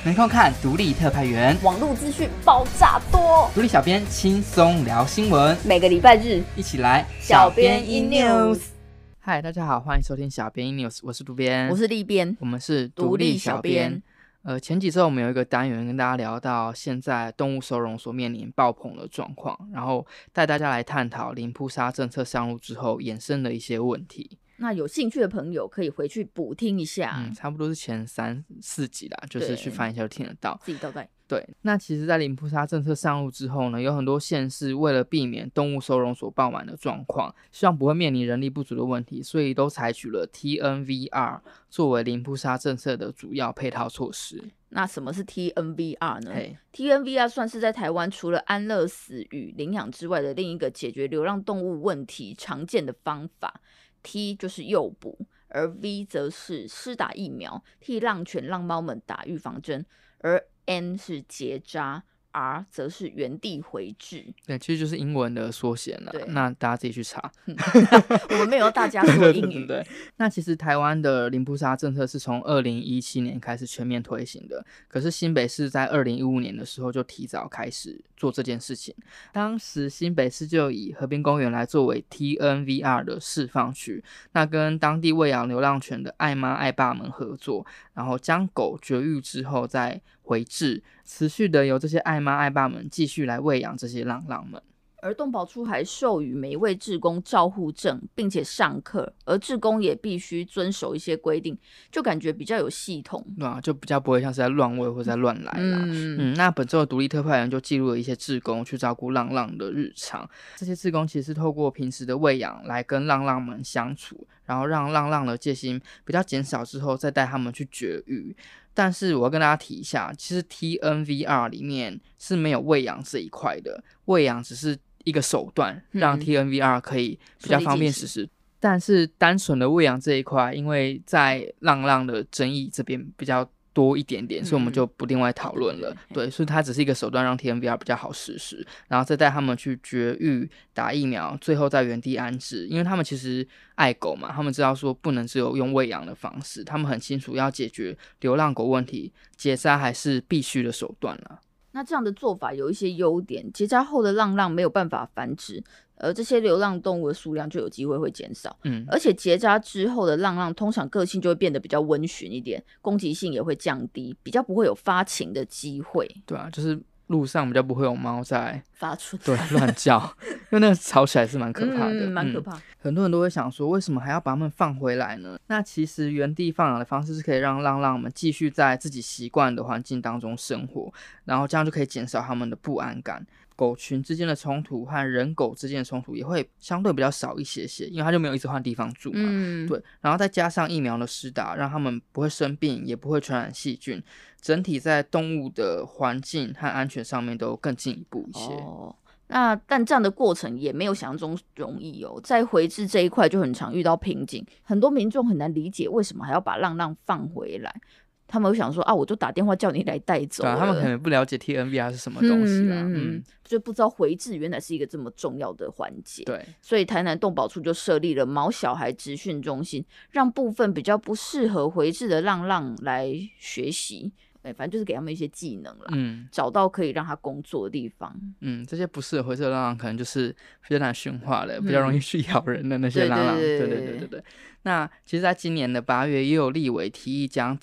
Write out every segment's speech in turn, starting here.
没空看独立特派员， 网络资讯爆炸多， 独立小编轻松聊新闻， 每个礼拜日一起来小编 in news。 嗨，大家好，欢迎收听小编 in news， 我是渡边， 我是立编， 我们是独立小编。 前几周我们有一个单元跟大家聊到现在动物收容所面临爆棚的状况，然后带大家来探讨零扑杀政策上路之后衍生的一些问题。 那有兴趣的朋友可以回去补听一下， 差不多是前3、4集啦，就是去翻一下就听得到， 自己倒带。 对，那其实在零扑杀政策上路之后呢，有很多县市为了避免动物收容所爆满的状况，希望不会面临人力不足的问题，所以都采取了 TNVR 作为零扑杀政策的主要配套措施。 那什么是 TNVR 呢？ TNVR 算是在台湾除了安乐死与领养之外的另一个解决流浪动物问题常见的方法。T 就是诱捕，而 V 则是施打疫苗，替浪犬浪猫们打预防针，而 N 是结扎， R 则是原地回治。 对，其实就是英文的缩写啦，那大家自己去查。 我们没有大家说英语。 对，那其实台湾的零扑杀政策是从2017年开始全面推行的，可是新北市在2015年的时候就提早开始做这件事情。当时新北市就以河滨公园来作为 TNVR 的释放区，那跟当地喂养流浪犬的爱妈爱爸们合作，然后将狗绝育之后再回治，持续的由这些爱妈爱爸们继续来喂养这些浪浪们。 而动保处还授予每一位志工照护证，并且上课，而志工也必须遵守一些规定，就感觉比较有系统， 对啊，就比较不会像是在乱喂或者在乱来啦。那本周的独立特派员就记录了一些志工去照顾浪浪的日常，这些志工其实是透过平时的喂养来跟浪浪们相处，然后让浪浪的戒心比较减少之后，再带他们去绝育。但是我要跟大家提一下，其实 TNVR 里面是没有喂养这一块的，喂养只是一个手段，让 TNVR 可以比较方便实施。但是单纯的喂养这一块，因为在浪浪的争议这边比较多一点点，所以我们就不另外讨论了。对，所以它只是一个手段，让 TNVR 比较好实施，然后再带他们去绝育、打疫苗，最后在原地安置。因为他们其实爱狗嘛，他们知道说不能只有用喂养的方式，他们很清楚要解决流浪狗问题，结扎还是必须的手段啦。 那这样的做法有一些优点，结扎后的浪浪没有办法繁殖，而这些流浪动物的数量就有机会会减少。而且结扎之后的浪浪通常个性就会变得比较温驯一点，攻击性也会降低，比较不会有发情的机会。 对啊，就是路上比较不会有猫在发出对乱叫，因为那个吵起来是蛮可怕的， 蛮可怕。 很多人都会想说，为什么还要把它们放回来呢？那其实原地放养的方式是可以让浪浪们继续在自己习惯的环境当中生活，然后这样就可以减少他们的不安感。狗群之间的冲突和人狗之间的冲突也会相对比较少一些些，因为它就没有一直换地方住嘛。对，然后再加上疫苗的施打，让他们不会生病，也不会传染细菌，整体在动物的环境和安全上面都更进一步一些。 但这样的过程也没有想象中容易哦，在回治这一块就很常遇到瓶颈，很多民众很难理解为什么还要把浪浪放回来。他们会想说我就打电话叫你来带走了。 他们可能不了解 TNVR 是什么东西啦， 就不知道回治原来是一个这么重要的环节。 对， 所以台南动保处就设立了毛小孩职训中心，让部分比较不适合回治的浪浪来学习。反正就是给他们一些技能啦，找到可以让他工作的地方。 这些不适合回治的浪浪可能就是比较难驯化的，比较容易去咬人的那些浪浪。对。那其实在今年的8月也有立委提议将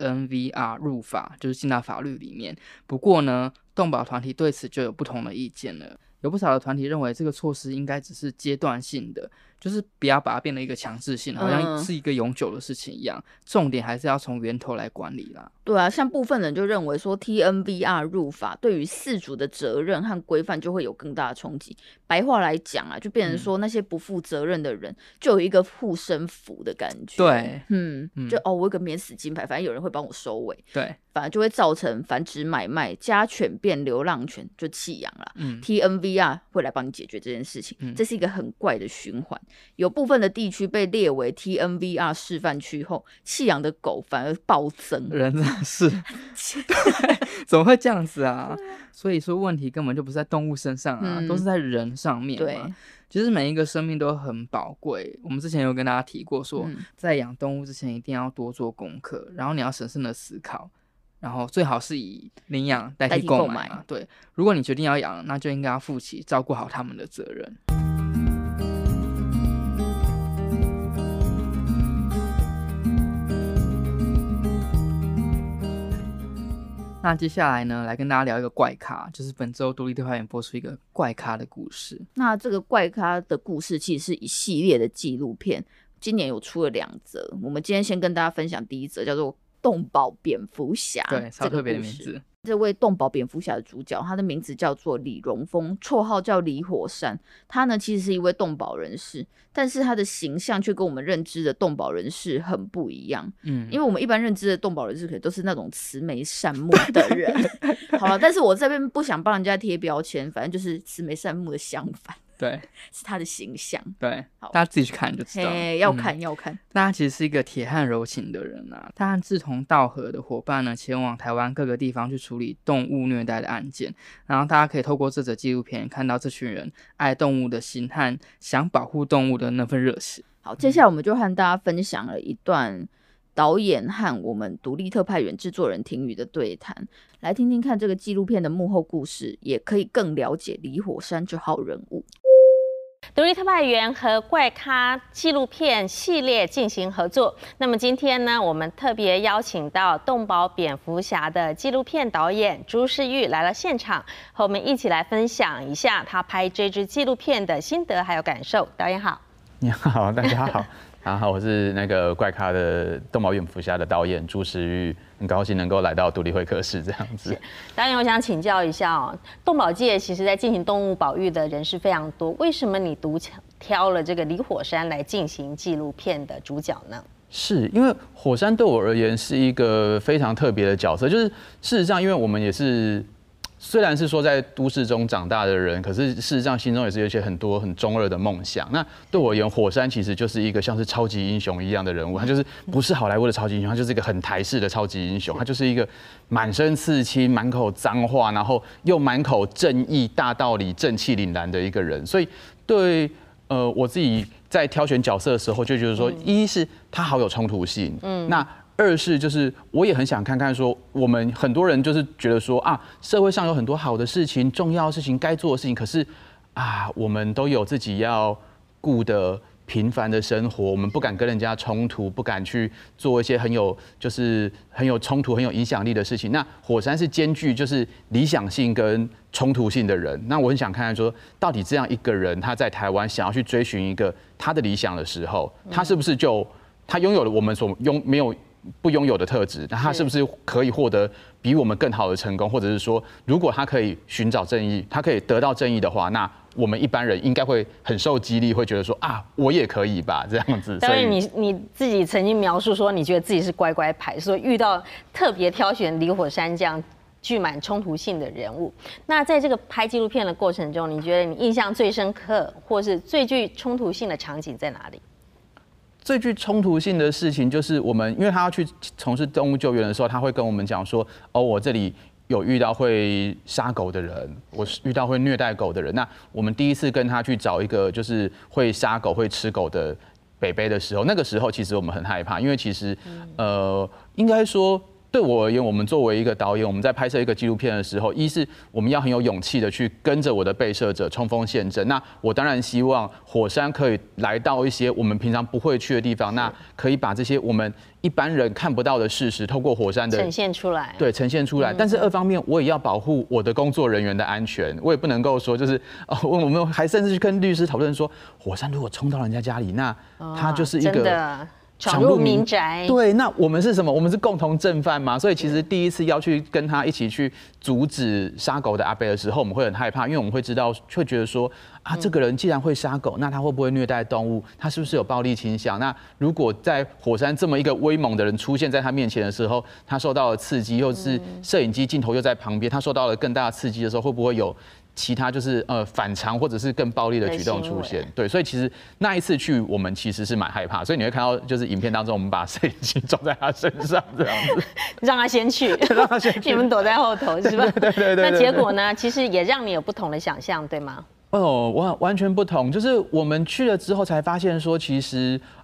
TNVR 入法，就是进到法律里面。不过呢，动保团体对此就有不同的意见了。有不少的团体认为这个措施应该只是阶段性的，就是不要把它变成一个强制性，好像是一个永久的事情一样，重点还是要从源头来管理啦。 对啊，像部分人就认为说 TNVR 入法对于饲主的责任和规范就会有更大的冲击。白话来讲就变成说那些不负责任的人就有一个护身符的感觉。 对， 就我有个免死金牌，反正有人会帮我收尾。 对， 反而就会造成繁殖买卖、家犬变流浪犬，就弃养啦。TNVR 会来帮你解决这件事情，这是一个很怪的循环。有部分的地区被列为 TNVR 示范区后，弃养的狗反而暴增。 人真的是对，怎么会这样子啊？所以说问题根本就不是在动物身上啊，都是在人上面嘛。 对， 其实每一个生命都很宝贵。我们之前有跟大家提过说，在养动物之前一定要多做功课，然后你要审慎的思考， 然后最好是以领养代替购买嘛。对，如果你决定要养，那就应该要负起照顾好他们的责任。那接下来呢，来跟大家聊一个怪咖，就是本周独立特派员播出一个怪咖的故事。 那这个怪咖的故事其实是一系列的纪录片，今年有出了2则。我们今天先跟大家分享第一则，叫做动保蝙蝠侠。 对，超特别的名字。 这位动保蝙蝠侠的主角，他的名字叫做李荣峰，绰号叫李火山。他呢其实是一位动保人士，但是他的形象却跟我们认知的动保人士很不一样。因为我们一般认知的动保人士可能都是那种慈眉善目的人。好了，但是我这边不想帮人家贴标签，反正就是慈眉善目的相反。 对， 是他的形象。 对，大家自己去看就知道。 要看要看。 那他其实是一个铁汉柔情的人啊，他和志同道合的伙伴呢，前往台湾各个地方去处理动物虐待的案件。然后大家可以透过这则纪录片看到这群人爱动物的心和想保护动物的那份热血。 好，接下来我们就和大家分享了一段导演和我们独立特派员制作人庭宇的对谈，来听听看这个纪录片的幕后故事，也可以更了解李火山这号人物。 独立特派员和怪咖纪录片系列进行合作。那么今天呢，我们特别邀请到动保蝙蝠侠的纪录片导演朱世玉来了现场，和我们一起来分享一下他拍这支纪录片的心得还有感受。导演好。 你好，大家好。大家好，我是那个怪咖的动保蝙蝠侠的导演朱世玉，很高兴能够来到独立会客室这样子。 导演，我想请教一下哦，动保界其实在进行动物保育的人士非常多，为什么你独挑了这个李火山来进行纪录片的主角呢？ 是因为火山对我而言是一个非常特别的角色，就是事实上，因为我们也是。虽然是说在都市中长大的人，可是事实上心中也是有一些很多很中二的梦想。那对我而言，火山其实就是一个像是超级英雄一样的人物，他就是不是好莱坞的超级英雄，他就是一个很台式的超级英雄，他就是一个满身刺青、满口脏话，然后又满口正义、大道理、正气凛然的一个人。所以对我自己在挑选角色的时候，就觉得说，一是他好有冲突性，那。二是就是我也很想看看说，我们很多人就是觉得说啊，社会上有很多好的事情、重要的事情、该做的事情，可是啊，我们都有自己要顾的平凡的生活，我们不敢跟人家冲突，不敢去做一些很有冲突、很有影响力的事情。那火山是兼具就是理想性跟冲突性的人，那我很想看看说，到底这样一个人他在台湾想要去追寻一个他的理想的时候，他是不是就他拥有了我们所没有不拥有的特质，那他是不是可以获得比我们更好的成功？或者是说，如果他可以寻找正义，他可以得到正义的话，那我们一般人应该会很受激励，会觉得说啊，我也可以吧，这样子。 当然，你自己曾经描述说，你觉得自己是乖乖牌，所以遇到特别挑选李火山这样具满冲突性的人物。那在这个拍纪录片的过程中，你觉得你印象最深刻，或是最具冲突性的场景在哪里？ 最具冲突性的事情就是我们，因为他要去从事动物救援的时候，他会跟我们讲说，哦，我这里有遇到会杀狗的人，我遇到会虐待狗的人。那我们第一次跟他去找一个就是会杀狗、会吃狗的北北的时候，那个时候其实我们很害怕，因为其实应该说。对我而言，我们作为一个导演，我们在拍摄一个纪录片的时候，一是我们要很有勇气的去跟着我的被摄者冲锋陷阵。那我当然希望火山可以来到一些我们平常不会去的地方，那可以把这些我们一般人看不到的事实，透过火山的呈现出来。 对，呈现出来。但是二方面，我也要保护我的工作人员的安全，我也不能够说就是我们还甚至去跟律师讨论说，火山如果冲到人家家里，那他就是一个。 闯入民宅， 对，那我们是什么？我们是共同正犯嘛。所以其实第一次要去跟他一起去阻止杀狗的阿伯的时候，我们会很害怕，因为我们会知道，会觉得说啊，这个人既然会杀狗，那他会不会虐待动物？他是不是有暴力倾向？那如果在火山这么一个威猛的人出现在他面前的时候，他受到了刺激，又是摄影机镜头又在旁边，他受到了更大的刺激的时候，会不会有？其他就是反常或者是更暴力的举动出现，对，所以其实那一次去我们其实是蛮害怕，所以你会看到就是影片当中我们把摄影机装在他身上这样子， 让他先去， 让他先去， 你们躲在后头是吧？ 对。 那结果呢？其实也让你有不同的想象，对吗？ 完全不同，就是我们去了之后才发现说，其实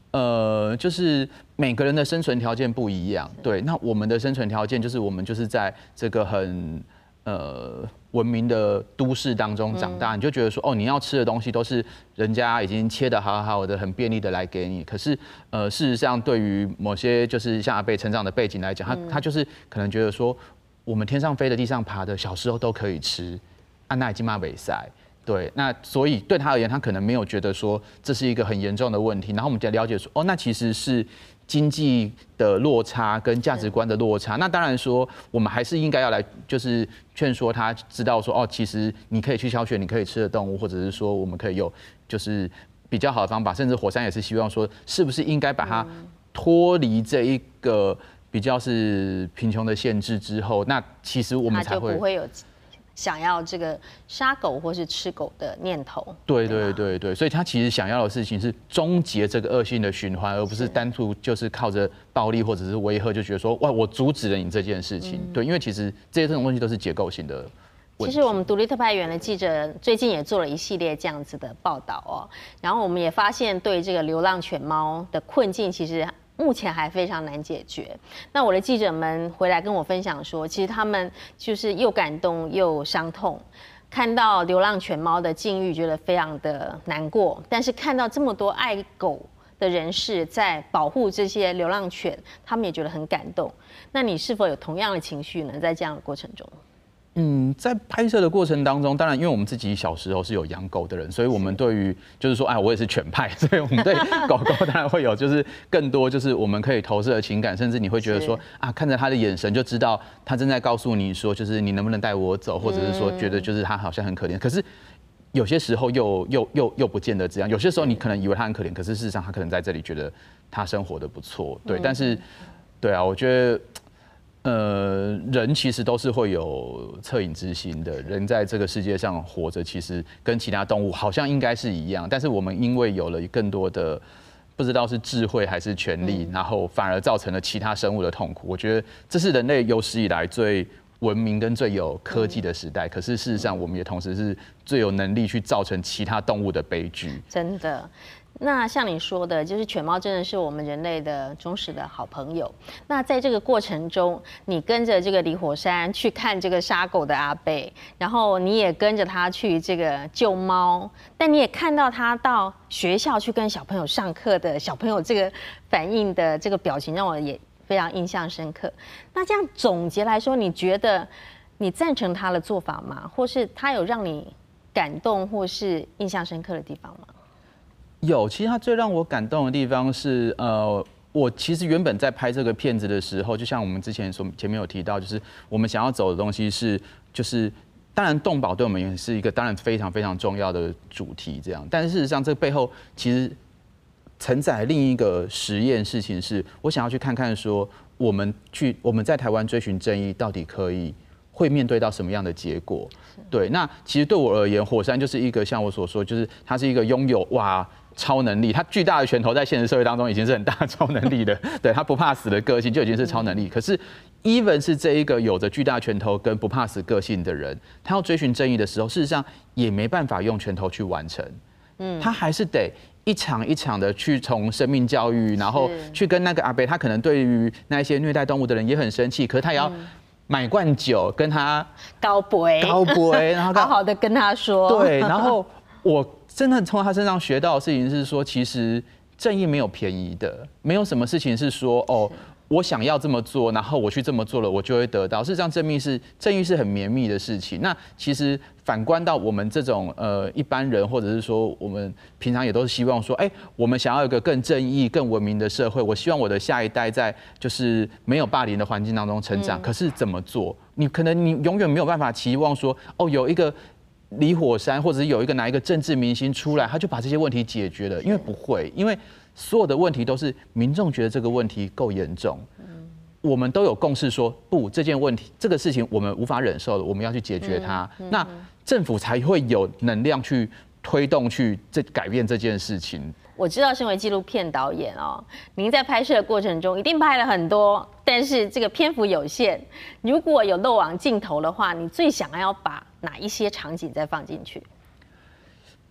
就是每个人的生存条件不一样，对。那我们的生存条件就是我们就是在这个很文明的都市当中长大，你就觉得说，哦，你要吃的东西都是人家已经切得好好的、很便利的来给你。可是，事实上，对于某些就是像阿伯成长的背景来讲，他就是可能觉得说，我们天上飞的、地上爬的，小时候都可以吃，那已经骂北塞。对，那所以对他而言，他可能没有觉得说这是一个很严重的问题。然后我们才了解说，哦，那其实是经济的落差跟价值观的落差。那当然说，我们还是应该要来就是劝说他知道说，哦，其实你可以去挑选你可以吃的动物，或者是说我们可以有就是比较好的方法。甚至火山也是希望说，是不是应该把它脱离这一个比较是贫穷的限制之后，那其实我们才会不会有想要这个杀狗或是吃狗的念头。 对，所以他其实想要的事情是终结这个恶性的循环，而不是单独就是靠着暴力或者是威吓就觉得说，哇，我阻止了你这件事情。对，因为其实这种东西都是结构性的问题。 其实我们独立特派员的记者最近也做了一系列这样子的报道哦，然后我们也发现对这个流浪犬猫的困境，其实目前还非常难解决。那我的记者们回来跟我分享说，其实他们就是又感动又伤痛，看到流浪犬猫的境遇，觉得非常的难过。但是看到这么多爱狗的人士在保护这些流浪犬，他们也觉得很感动。那你是否有同样的情绪呢？在这样的过程中？ 在拍摄的过程当中，当然，因为我们自己小时候是有养狗的人，所以我们对于就是说，我也是犬派，所以我们对狗狗当然会有就是更多就是我们可以投射的情感，甚至你会觉得说看着他的眼神就知道他正在告诉你说，就是你能不能带我走，或者是说觉得就是他好像很可怜，可是有些时候又不见得这样，有些时候你可能以为他很可怜，可是事实上他可能在这里觉得他生活的不错，对，但是对啊，我觉得。人其实都是会有恻隐之心的。人在这个世界上活着，其实跟其他动物好像应该是一样，但是我们因为有了更多的不知道是智慧还是权力，然后反而造成了其他生物的痛苦。我觉得这是人类有史以来最文明跟最有科技的时代，可是事实上我们也同时是最有能力去造成其他动物的悲剧。 真的。那像你说的，就是犬猫真的是我们人类的忠实的好朋友。那在这个过程中，你跟着这个李火山去看这个杀狗的阿伯，然后你也跟着他去这个救猫，但你也看到他到学校去跟小朋友上课的小朋友这个反应的这个表情，让我也非常印象深刻。那这样总结来说，你觉得你赞成他的做法吗？或是他有让你感动或是印象深刻的地方吗？ 有，其实他最让我感动的地方是，我其实原本在拍这个片子的时候，就像我们之前前面有提到，就是我们想要走的东西是，就是当然动保对我们也是一个当然非常非常重要的主题，这样，但是事实上这背后其实承载另一个实验事情是，我想要去看看说，我们在台湾追寻正义到底会面对到什么样的结果？对，那其实对我而言，火山就是一个像我所说，就是它是一个拥有超能力，他巨大的拳头在现实社会当中已经是很大的超能力了。对，他不怕死的个性就已经是超能力。可是 ，even 是这一个有着巨大拳头跟不怕死个性的人，他要追寻正义的时候，事实上也没办法用拳头去完成。他还是得一场一场的去从生命教育，然后去跟那个阿伯，他可能对于那些虐待动物的人也很生气，可是他也要买罐酒跟他高杯， 然后好好的跟他说。 对，然后我真的从他身上学到的事情是说，其实正义没有便宜的，没有什么事情是说我想要这么做，然后我去这么做了，我就会得到。事实上，正义是很绵密的事情。那其实反观到我们这种一般人，或者是说我们平常也都是希望说，我们想要有一个更正义、更文明的社会。我希望我的下一代在就是没有霸凌的环境当中成长。可是怎么做？你永远没有办法期望说，有一个李火山，或者是有一个哪一个政治明星出来，他就把这些问题解决了，因为不会，因为所有的问题都是民众觉得这个问题够严重，我们都有共识说不，这件问题这个事情我们无法忍受了，我们要去解决它，那政府才会有能量去推动去改变这件事情。 我知道，身为纪录片导演您在拍摄的过程中一定拍了很多，但是这个篇幅有限，如果有漏网镜头的话，你最想要把哪一些场景再放进去？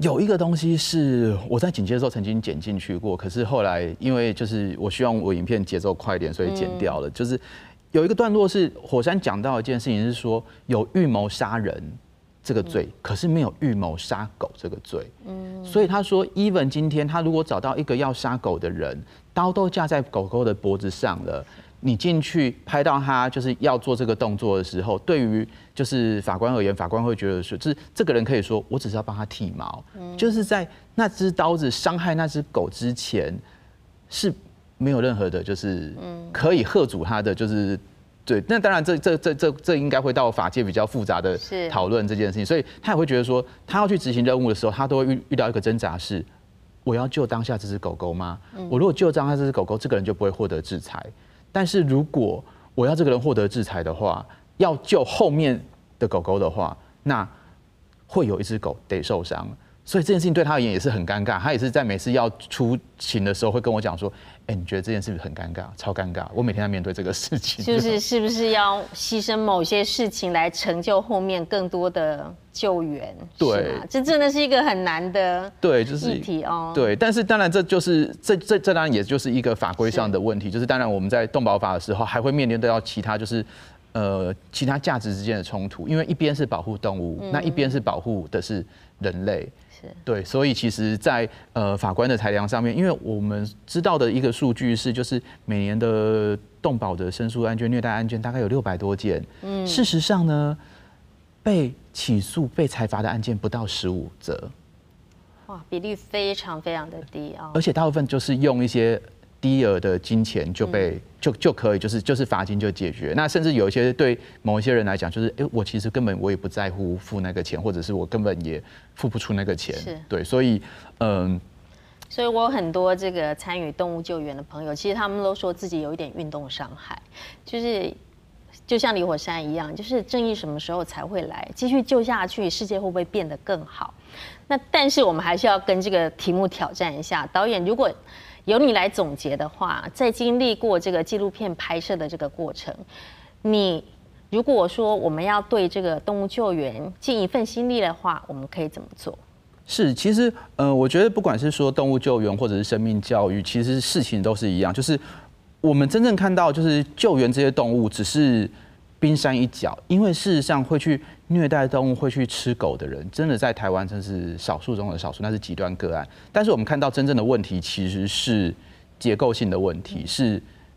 有一个东西是我在剪接的时候曾经剪进去过，可是后来因为就是我希望我影片节奏快一点，所以剪掉了。就是有一个段落是火山讲到一件事情，是说有预谋杀人这个罪，可是没有预谋杀狗这个罪。所以他说 ，even 今天他如果找到一个要杀狗的人，刀都架在狗狗的脖子上了。你进去拍到他就是要做这个动作的时候，对于就是法官而言，法官会觉得说，就是这个人可以说，我只是要帮他剃毛，就是在那只刀子伤害那只狗之前，是没有任何的，就是可以嚇阻他的，就是对。那当然这应该会到法界比较复杂的讨论这件事情，所以他也会觉得说，他要去执行任务的时候，他都会遇到一个挣扎是，我要救当下这只狗狗吗？我如果救当下这只狗狗，这个人就不会获得制裁。但是如果我要这个人获得制裁的话，要救后面的狗狗的话，那会有一只狗得受伤。所以这件事情对他而言也是很尴尬，他也是在每次要出勤的时候会跟我讲说，你觉得这件事很尴尬，超尴尬，我每天在面对这个事情， 就是是不是要牺牲某些事情来成就后面更多的救援？ 对， 这真的是一个很难的议题哦。 对，但是当然这就是这当然也就是一个法规上的问题，就是当然我们在动保法的时候还会面临到其他就是其他价值之间的冲突，因为一边是保护动物，那一边是保护的是人类。对，所以其实在，法官的裁量上面，因为我们知道的一个数据是，就是每年的动保的申诉案件、虐待案件大概有600多件。事实上呢，被起诉、被裁罚的案件不到15则。 哇，比例非常非常的低啊！ 而且大部分就是用一些低额的金钱就被就可以就是罚金就解决。那甚至有一些对某一些人来讲，就是我其实根本我也不在乎付那个钱，或者是我根本也付不出那个钱。对，所以所以我有很多这个参与动物救援的朋友，其实他们都说自己有一点运动伤害，就像李火山一样，就是正义什么时候才会来？继续救下去，世界会不会变得更好？那但是我们还是要跟这个题目挑战一下，导演如果由你来总结的话，在经历过这个纪录片拍摄的这个过程，你如果说我们要对这个动物救援尽一份心力的话，我们可以怎么做？ 是，其实我觉得不管是说动物救援或者是生命教育，其实事情都是一样，就是我们真正看到就是救援这些动物只是冰山一角，因为事实上会去虐待动物、会去吃狗的人，真的在台湾真是少数中的少数，那是极端个案。但是我们看到真正的问题其实是结构性的问题，是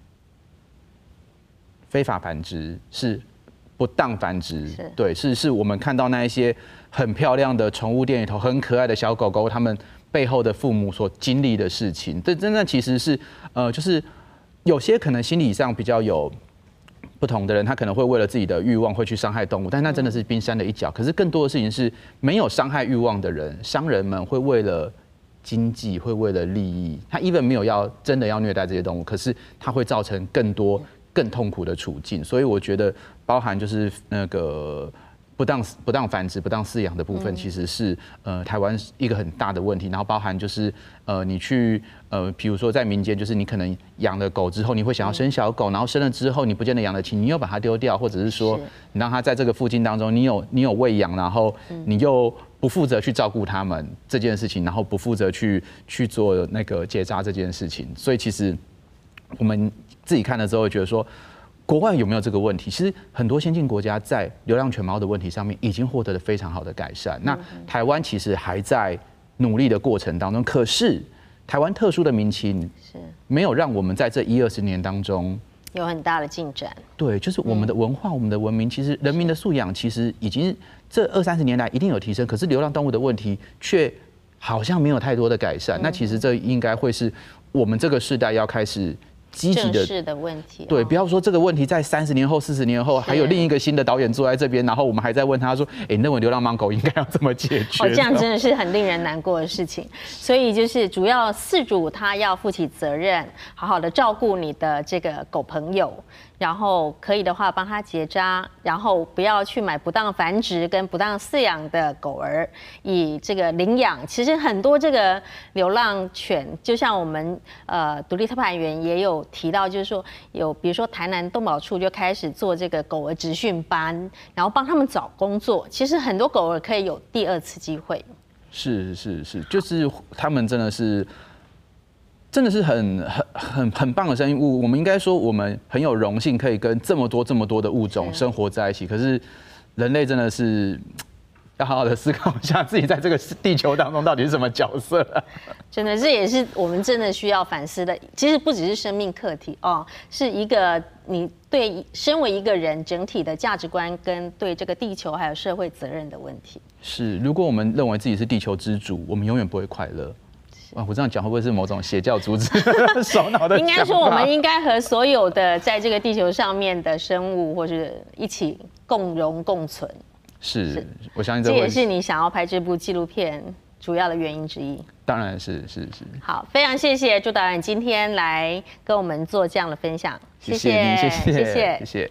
非法繁殖，是不当繁殖。对，是我们看到那一些很漂亮的宠物店里头很可爱的小狗狗，他们背后的父母所经历的事情。这真正其实是就是有些可能心理上比较有不同的人，他可能会为了自己的欲望会去伤害动物，但那真的是冰山的一角。可是更多的事情是没有伤害欲望的人，商人们会为了经济，会为了利益，他 even 没有真的要虐待这些动物，可是他会造成更多更痛苦的处境。所以我觉得，包含就是那个不当繁殖、不当饲养的部分，其实是台湾一个很大的问题。然后包含就是你去比如说在民间，就是你可能养了狗之后，你会想要生小狗，然后生了之后你不见得养得起，你又把它丢掉，或者是说你让它在这个附近当中，你有喂养，然后你又不负责去照顾它们这件事情，然后不负责去做那个结扎这件事情。所以其实我们自己看了之后会觉得说，国外有没有这个问题？其实很多先进国家在流浪犬猫的问题上面已经获得了非常好的改善。那台湾其实还在努力的过程当中，可是台湾特殊的民情是没有让我们在这10-20年当中有很大的进展。 对，就是我们的文化、我们的文明，其实人民的素养其实已经这20-30年来一定有提升，可是流浪动物的问题却好像没有太多的改善。那其实这应该会是我们这个世代要开始积极正视的问题。 对，不要说这个问题在30年后、40年后，还有另一个新的导演坐在这边，然后我们还在问他说：“你认为流浪猫狗应该要怎么解决？” 这样真的是很令人难过的事情。所以就是主要饲主他要负起责任，好好的照顾你的这个狗朋友。然后可以的话帮他结扎，然后不要去买不当繁殖跟不当饲养的狗儿，以这个领养。其实很多这个流浪犬，就像我们独立特派员也有提到，就是说有比如说台南动保处就开始做这个狗儿职训班，然后帮他们找工作。其实很多狗儿可以有第2次机会。 是，就是他们真的是很棒的生物。我们应该说，我们很有荣幸可以跟这么多的物种生活在一起。可是人类真的是要好好的思考一下，自己在这个地球当中到底是什么角色啊。 真的，这也是我们真的需要反思的。其实不只是生命课题哦，是一个你对身为一个人整体的价值观跟对这个地球还有社会责任的问题。是， 如果我们认为自己是地球之主，我们永远不会快乐。我这样讲会不会是某种邪教组织首脑的？ 应该说，我们应该和所有的在这个地球上面的生物，或者一起共荣共存。是，我相信这也是你想要拍这部纪录片主要的原因之一。当然是。好，非常谢谢朱导演今天来跟我们做这样的分享，谢谢。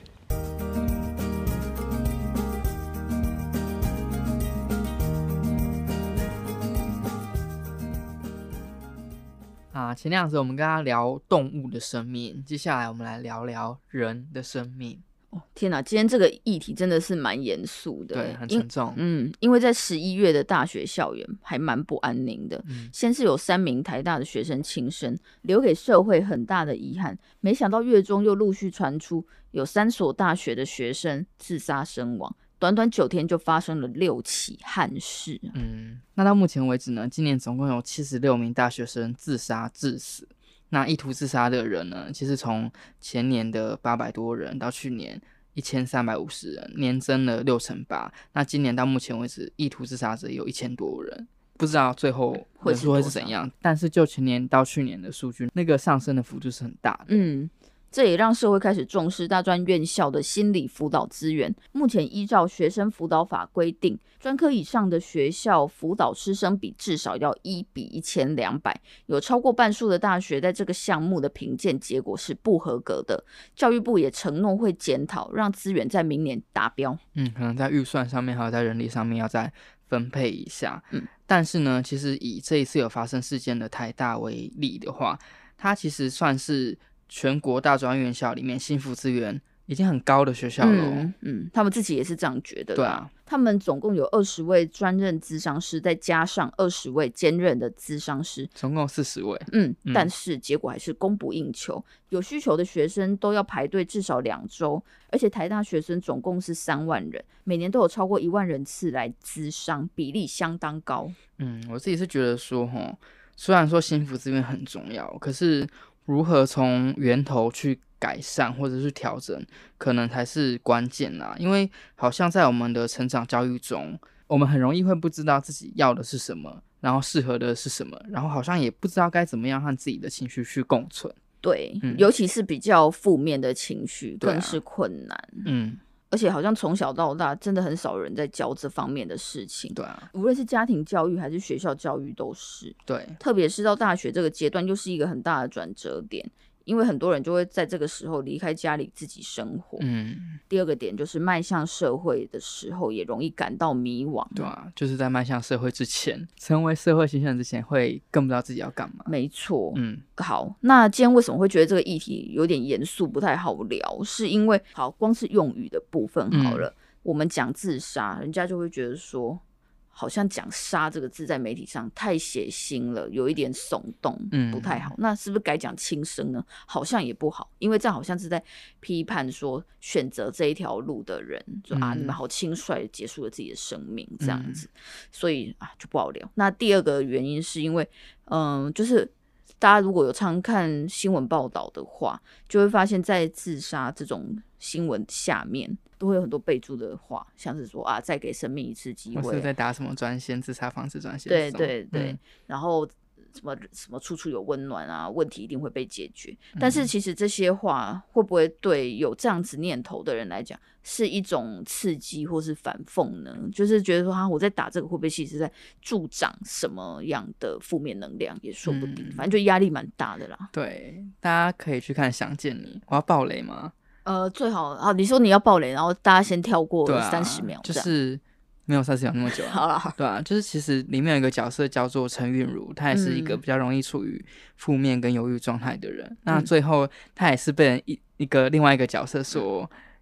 前2集我们跟他聊动物的生命，接下来我们来聊聊人的生命。 天哪，今天这个议题真的是蛮严肃的， 对，很沉重。 因为在11月的大学校园还蛮不安宁的。先是有3名台大的学生轻生，留给社会很大的遗憾。没想到月中又陆续传出有3所大学的学生自杀身亡。短短9天就发生了6起憾事。 那到目前为止呢，今年总共有76名大学生自杀致死。那意图自杀的人呢，其实从前年的800多人到去年1350人，年增了68%。那今年到目前为止，意图自杀者有1000多人，不知道最后人数会是怎样。但是就前年到去年的数据，那个上升的幅度是很大的。 这也让社会开始重视大专院校的心理辅导资源。目前依照学生辅导法规定，专科以上的学校辅导师生比至少要1:1200，有超过半数的大学在这个项目的评鉴结果是不合格的。教育部也承诺会检讨，让资源在明年达标。 可能在预算上面还有在人力上面要再分配一下。但是呢，其实以这一次有发生事件的台大为例的话，它其实算是全国大专院校里面心辅资源已经很高的学校了。 他们自己也是这样觉得。 对啊， 他们总共有20位专任咨商师，再加上20位兼任的咨商师， 总共40位。 但是结果还是供不应求，有需求的学生都要排队至少2周，而且台大学生总共是3万人，每年都有超过1万人次来咨商，比例相当高。 我自己是觉得说，虽然说心辅资源很重要，可是如何从源头去改善或者是调整，可能才是关键啦。因为好像在我们的成长教育中，我们很容易会不知道自己要的是什么，然后适合的是什么，然后好像也不知道该怎么样和自己的情绪去共存。 对，尤其是比较负面的情绪更是困难。而且好像从小到大真的很少人在教这方面的事情。 对啊， 无论是家庭教育还是学校教育都是。 对， 特别是到大学这个阶段，又是一个很大的转折点。因为很多人就会在这个时候离开家里自己生活。第二个点就是迈向社会的时候也容易感到迷惘。 对啊，就是在迈向社会之前，成为社会新生之前会更不知道自己要干嘛。 没错。好，那今天为什么会觉得这个议题有点严肃不太好聊，是因为光是用语的部分好了，我们讲自杀，人家就会觉得说好像讲杀这个字在媒体上太血腥了，有一点耸动，不太好。那是不是改讲轻生呢？好像也不好，因为这样好像是在批判说选择这一条路的人，说你们好轻率地结束了自己的生命这样子，所以就不好聊。那第二个原因是因为就是大家如果有常看新闻报道的话，就会发现在自杀这种新闻下面都会有很多备注的话，像是说再给生命一次机会， 或是在打什么专线，自杀防治专线。 对，然后什么处处有温暖啊，问题一定会被解决。但是其实这些话会不会对有这样子念头的人来讲是一种刺激或是反讽呢？就是觉得说我在打这个会不会其实在助长什么样的负面能量也说不定。反正就压力蛮大的啦。 对，大家可以去看《想见你》。我要爆雷吗？ 最好你说你要爆雷，然后大家先跳过30秒， 就是没有30秒那么久。 好啦， 对啊，就是其实里面有一个角色叫做陈韵如，她也是一个比较容易处于负面跟忧郁状态的人。那最后她也是被人另外一个角色所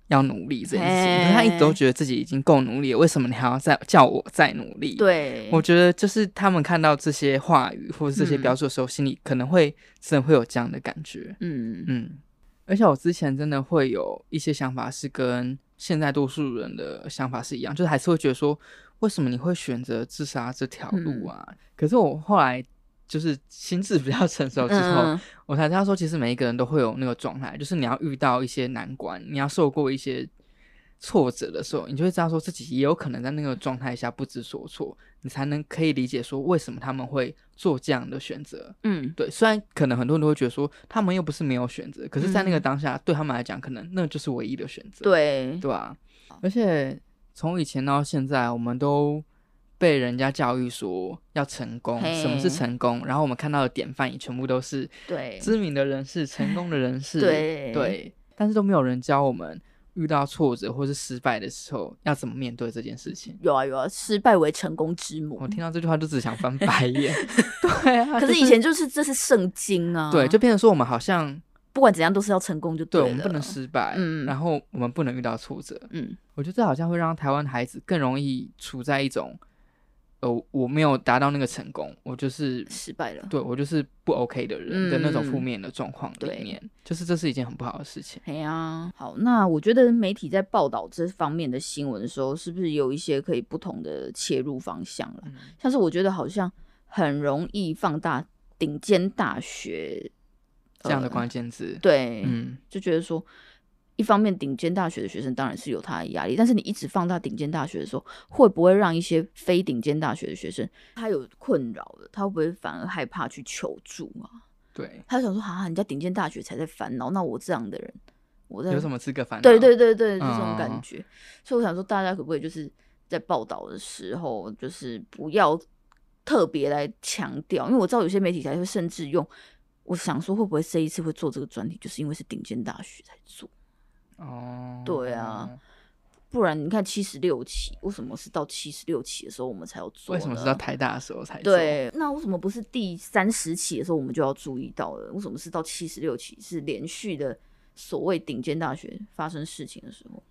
要努力这件事情，可是他一直都觉得自己已经够努力了，为什么你还要再叫我再努力？ 对， 我觉得就是他们看到这些话语或者这些标注的时候，心里可能会真的会有这样的感觉。而且我之前真的会有一些想法是跟现在多数人的想法是一样，就是还是会觉得说，为什么你会选择自杀这条路啊？可是我后来就是心智比较成熟之后，我才知道说，其实每一个人都会有那个状态，就是你要遇到一些难关，你要受过一些挫折的时候，你就会知道说自己也有可能在那个状态下不知所措，你才能可以理解说为什么他们会做这样的选择。对，虽然可能很多人都会觉得说他们又不是没有选择，可是在那个当下，对他们来讲，可能那就是唯一的选择。对吧？而且从以前到现在，我们都被人家教育说要成功，什么是成功？然后我们看到的典范也全部都是知名的人士、成功的人士，对，但是都没有人教我们遇到挫折或是失败的时候要怎么面对这件事情。 有啊，失败为成功之母。 我听到这句话就只想翻白眼。对啊， 可是以前就是这是圣经啊， 对，就变成说我们好像不管怎样都是要成功就对了， 对，我们不能失败，然后我们不能遇到挫折。我觉得这好像会让台湾的孩子更容易处在一种我没有达到那个成功，我就是失败了， 对，我就是不 OK 的人的那种负面的状况里面，就是这是一件很不好的事情。 好，那我觉得媒体在报道这方面的新闻的时候，是不是有一些可以不同的切入方向了？像是我觉得好像很容易放大顶尖大学这样的关键字， 对，就觉得说，一方面顶尖大学的学生当然是有他的压力，但是你一直放大顶尖大学的时候，会不会让一些非顶尖大学的学生他有困扰的？他会不会反而害怕去求助啊？ 对， 他想说人家顶尖大学才在烦恼，那我这样的人，我在有什么资格烦恼？ 对，这种感觉。所以我想说，大家可不可以就是在报道的时候，就是不要特别来强调，因为我知道有些媒体台会甚至用，我想说会不会这一次会做这个专题，就是因为是顶尖大学才做。对啊，不然你看76期，为什么是到76期的时候我们才要做？ 为什么是到台大的时候才做？ 对，那为什么不是第30期的时候我们就要注意到了？为什么是到76期是连续的所谓顶尖大学发生事情的时候？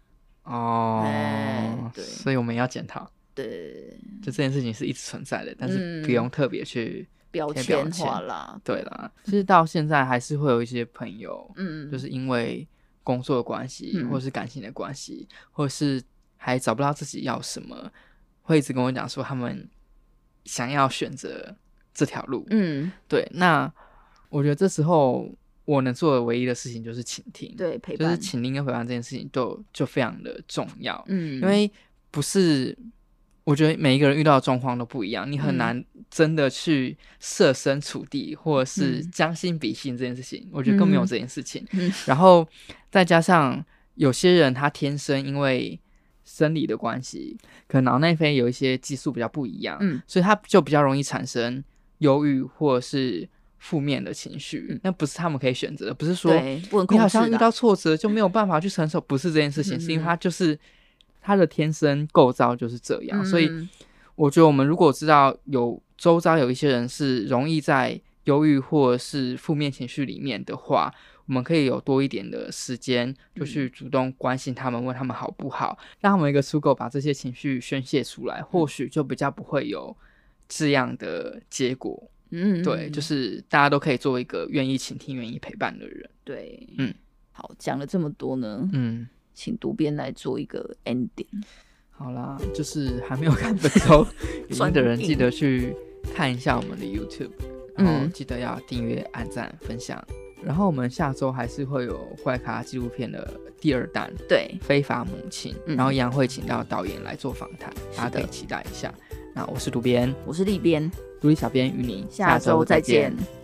对， 所以我们要检讨。 对， 就这件事情是一直存在的，但是不用特别去标签化啦。 对啦，其实到现在还是会有一些朋友，就是因为工作的关系，或是感情的关系，或是还找不到自己要什么，会一直跟我讲说他们想要选择这条路。对，那我觉得这时候我能做的唯一的事情就是倾听， 对，陪伴， 就是倾听跟陪伴这件事情就非常的重要。因为不是，我觉得每一个人遇到的状况都不一样，你很难真的去设身处地或者是将心比心这件事情，我觉得更没有这件事情。然后再加上有些人他天生因为生理的关系，可能脑内啡有一些激素比较不一样，所以他就比较容易产生忧郁或者是负面的情绪。那不是他们可以选择的，不是说你好像遇到挫折就没有办法去承受，不是这件事情，是因为他就是他的天生构造就是这样。所以我觉得我们如果知道周遭有一些人是容易在忧郁或者是负面情绪里面的话，我们可以有多一点的时间就去主动关心他们，问他们好不好，让他们一个出口把这些情绪宣泄出来，或许就比较不会有这样的结果。对，就是大家都可以做一个愿意倾听愿意陪伴的人。 对，好，讲了这么多呢，请督编来做一个 ending。 好啦，就是还没有看本周语音的人记得去看一下我们的 YouTube， 然后记得要订阅按赞分享。然后我们下周还是会有怪咖纪录片的第2弹， 对， 非法母亲，然后一样会请到导演来做访谈，大家可以期待一下。那我是督编， 我是立编， 独立小编与你下周再见。